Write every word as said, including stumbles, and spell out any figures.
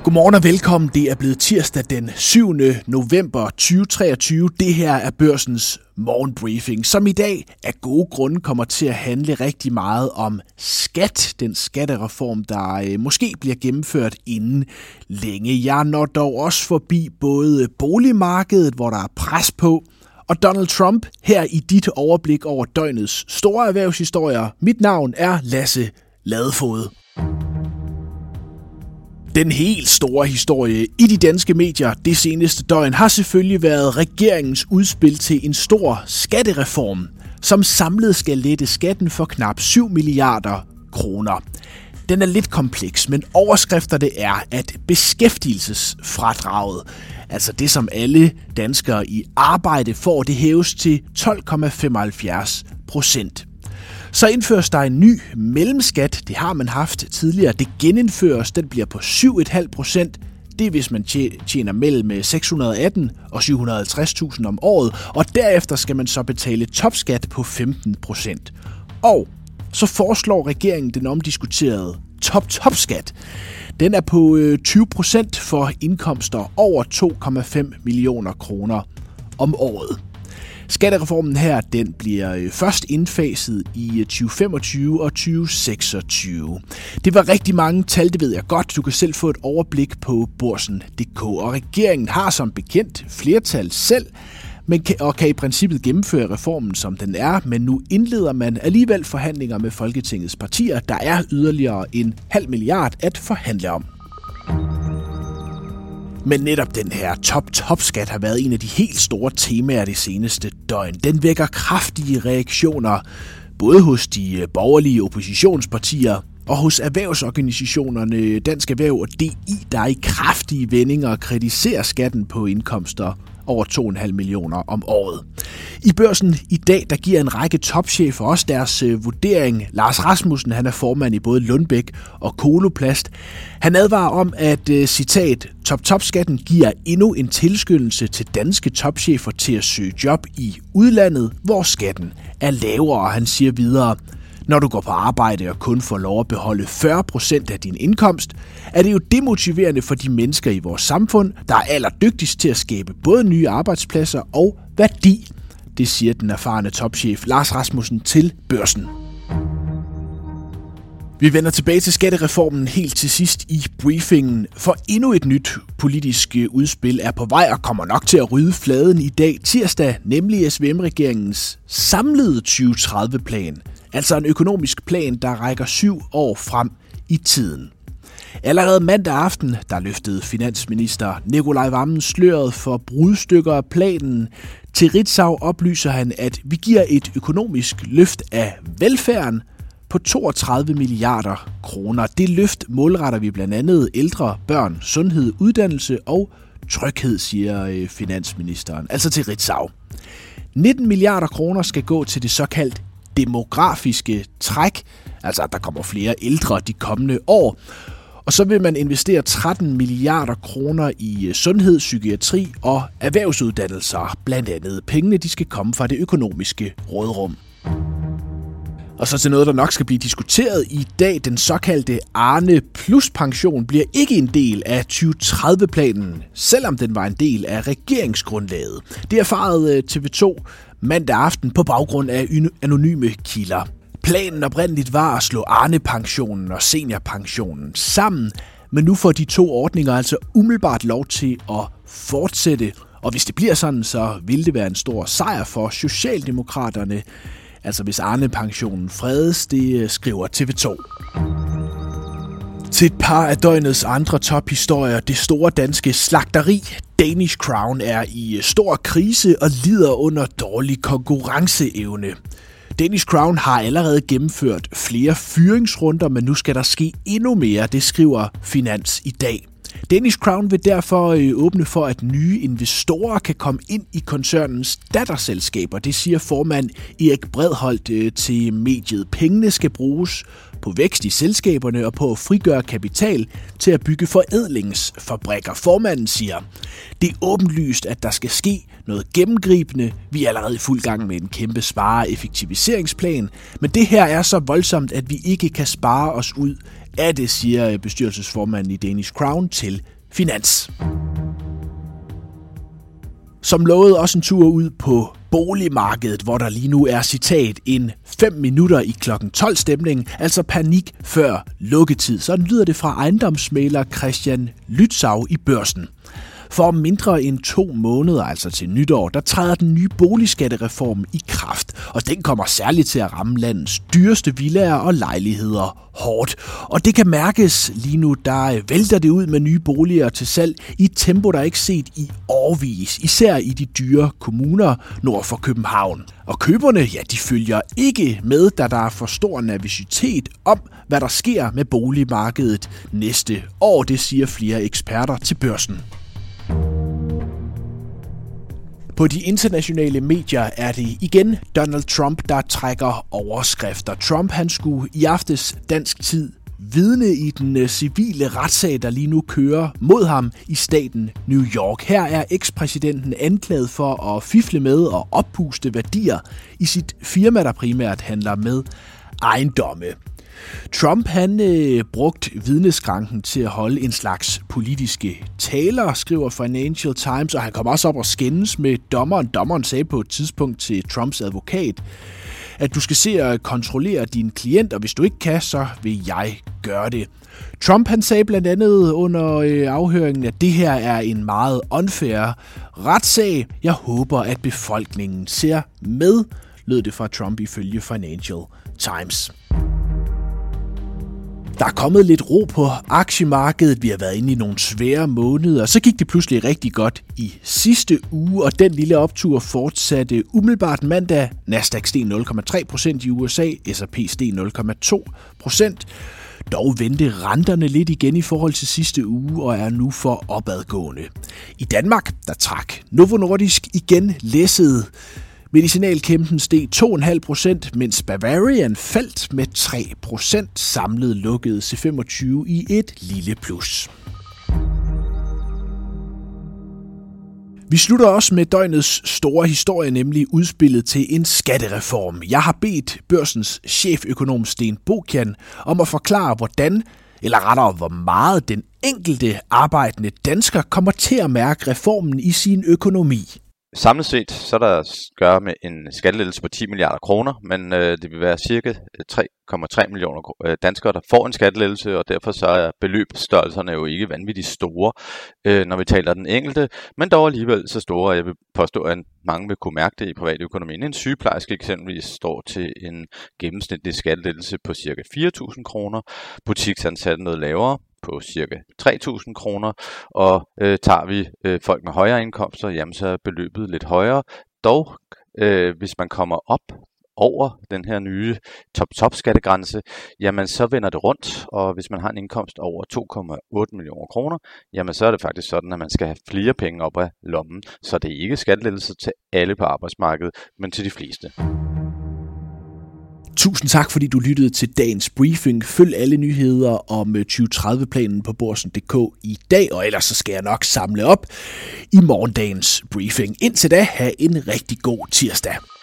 Godmorgen og velkommen. Det er blevet tirsdag den syvende november tyve treogtyve. Det her er Børsens morgenbriefing, som i dag af gode grunde kommer til at handle rigtig meget om skat. Den skattereform, der øh, måske bliver gennemført inden længe. Jeg når dog også forbi både boligmarkedet, hvor der er pres på, og Donald Trump her i dit overblik over døgnets store erhvervshistorier. Mit navn er Lasse Ladefoged. Den helt store historie i de danske medier det seneste døgn har selvfølgelig været regeringens udspil til en stor skattereform, som samlet skal lette skatten for knap syv milliarder kroner. Den er lidt kompleks, men overskrifter det er, at beskæftigelsesfradraget, altså det som alle danskere i arbejde får, det hæves til tolv komma femoghalvfjerds procent. Så indføres der en ny mellemskat, det har man haft tidligere, det genindføres, den bliver på syv komma fem procent. Det er, hvis man tjener mellem seks hundrede og atten og syv hundrede og halvtreds tusind om året, og derefter skal man så betale topskat på femten procent. Og så foreslår regeringen den omdiskuterede top-topskat. Den er på tyve procent for indkomster over to komma fem millioner kroner om året. Skattereformen her, den bliver først indfaset i tyve femogtyve og tyve seksogtyve. Det var rigtig mange tal, det ved jeg godt. Du kan selv få et overblik på børsen punktum d k. Og regeringen har som bekendt flertal selv, men kan, og kan i princippet gennemføre reformen, som den er. Men nu indleder man alligevel forhandlinger med Folketingets partier. Der er yderligere en halv milliard at forhandle om. Men netop den her top-top-skat har været en af de helt store temaer det seneste døgn. Den vækker kraftige reaktioner, både hos de borgerlige oppositionspartier og hos erhvervsorganisationerne Dansk Erhverv og D I, der i kraftige vendinger kritiserer skatten på indkomster over to komma fem millioner om året. I Børsen i dag, der giver en række topchefer også deres øh, vurdering. Lars Rasmussen, han er formand i både Lundbæk og Coloplast. Han advarer om, at, øh, citat, top-top-skatten giver endnu en tilskyndelse til danske topchefer til at søge job i udlandet, hvor skatten er lavere. Han siger videre: når du går på arbejde og kun får lov at beholde fyrre procent af din indkomst, er det jo demotiverende for de mennesker i vores samfund, der er allerdygtigst til at skabe både nye arbejdspladser og værdi. Det siger den erfarne topchef Lars Rasmussen til Børsen. Vi vender tilbage til skattereformen helt til sidst i briefingen, for endnu et nyt politisk udspil er på vej og kommer nok til at rydde fladen i dag tirsdag, nemlig S V M-regeringens samlede tyve tredive-plan. Altså en økonomisk plan, der rækker syv år frem i tiden. Allerede mandag aften, der løftede finansminister Nicolai Wammen sløret for brudstykker af planen. Til Ritzau oplyser han, at vi giver et økonomisk løft af velfærden på toogtredive milliarder kroner. Det løft målretter vi blandt andet ældre, børn, sundhed, uddannelse og tryghed, siger finansministeren. Altså til Ritzau. nitten milliarder kroner skal gå til det såkaldt demografiske træk, altså at der kommer flere ældre de kommende år. Og så vil man investere tretten milliarder kroner i sundhed, psykiatri og erhvervsuddannelser. Blandt andet pengene, de skal komme fra det økonomiske råderum. Og så til noget, der nok skal blive diskuteret i dag. Den såkaldte Arne Plus pension bliver ikke en del af tyve tredive-planen, selvom den var en del af regeringsgrundlaget. Det erfarede T V to mandag aften på baggrund af anonyme kilder. Planen oprindeligt var at slå Arne-pensionen og seniorpensionen sammen, men nu får de to ordninger altså umiddelbart lov til at fortsætte. Og hvis det bliver sådan, så vil det være en stor sejr for Socialdemokraterne. Altså hvis Arne-pensionen fredes, det skriver T V to. Til et par af døgnets andre tophistorier. Det store danske slagteri Danish Crown er i stor krise og lider under dårlig konkurrenceevne. Danish Crown har allerede gennemført flere fyringsrunder, men nu skal der ske endnu mere, det skriver Finans i dag. Danish Crown vil derfor åbne for, at nye investorer kan komme ind i koncernens datterselskaber. Det siger formand Erik Bredholdt til mediet. Pengene skal bruges på vækst i selskaberne og på at frigøre kapital til at bygge forædlingsfabrikker. Formanden siger, det er åbenlyst, at der skal ske noget gennemgribende. Vi er allerede i fuld gang med en kæmpe spare- og effektiviseringsplan, men det her er så voldsomt, at vi ikke kan spare os ud af det, siger bestyrelsesformanden i Danish Crown til Finans. Som lovet også en tur ud på boligmarkedet, hvor der lige nu er, citat, en fem minutter i klokken tolv stemning, altså panik før lukketid. Sådan lyder det fra ejendomsmægler Christian Lytzau i Børsen. For mindre end to måneder, altså til nytår, der træder den nye boligskattereform i kraft, og den kommer særligt til at ramme landets dyreste villaer og lejligheder hårdt. Og det kan mærkes lige nu, der vælter det ud med nye boliger til salg i et tempo, der ikke set i årevis, især i de dyre kommuner nord for København. Og køberne, ja, de følger ikke med, da der er for stor nervøsitet om, hvad der sker med boligmarkedet næste år, det siger flere eksperter til Børsen. På de internationale medier er det igen Donald Trump, der trækker overskrifter. Trump han skulle i aftes dansk tid vidne i den civile retssag, der lige nu kører mod ham i staten New York. Her er ekspræsidenten anklaget for at fifle med og oppuste værdier i sit firma, der primært handler med ejendomme. Trump han øh, brugt vidneskranken til at holde en slags politiske taler, skriver Financial Times, og han kom også op og skændes med dommeren. Dommeren sagde på et tidspunkt til Trumps advokat, at du skal se at kontrollere din klient, og hvis du ikke kan, så vil jeg gøre det. Trump han sagde blandt andet under øh, afhøringen, at det her er en meget unfair retssag. Jeg håber, at befolkningen ser med, lød det fra Trump ifølge Financial Times. Der er kommet lidt ro på aktiemarkedet. Vi har været inde i nogle svære måneder. Så gik det pludselig rigtig godt i sidste uge, og den lille optur fortsatte umiddelbart mandag. Nasdaq steg nul komma tre procent i U S A, S og P steg nul komma to procent. Dog vendte renterne lidt igen i forhold til sidste uge og er nu for opadgående. I Danmark, der trak Novo Nordisk igen læsset. Medicinalkæmpen steg to komma fem procent, mens Bavarian faldt med tre procent. Samlet lukkede C femogtyve i et lille plus. Vi slutter også med døgnets store historie, nemlig udspillet til en skattereform. Jeg har bedt Børsens cheføkonom Sten Bokian om at forklare, hvordan, eller rettere hvor meget den enkelte arbejdende dansker kommer til at mærke reformen i sin økonomi. Samlet set så er der at gøre med en skattelettelse på ti milliarder kroner, men øh, det vil være cirka tre komma tre millioner danskere, der får en skattelettelse, og derfor så er beløbsstørrelserne jo ikke vanvittigt store, øh, når vi taler den enkelte, men dog alligevel så store, og jeg vil påstå, at mange vil kunne mærke det i privatøkonomien. En sygeplejerske eksempelvis står til en gennemsnitlig skattelettelse på cirka fire tusind kroner, butiksansatte noget lavere, på cirka tre tusind kroner, og øh, tager vi øh, folk med højere indkomster, jamen så er beløbet lidt højere. Dog, øh, hvis man kommer op over den her nye top-top-skattegrænse, jamen så vender det rundt, og hvis man har en indkomst over to komma otte millioner kroner, jamen så er det faktisk sådan, at man skal have flere penge op af lommen, så det er ikke skattelettelse til alle på arbejdsmarkedet, men til de fleste. Tusind tak, fordi du lyttede til dagens briefing. Følg alle nyheder om tyve tredive-planen på Borsen punktum d k i dag, og ellers så skal jeg nok samle op i morgendagens briefing. Indtil da, have en rigtig god tirsdag.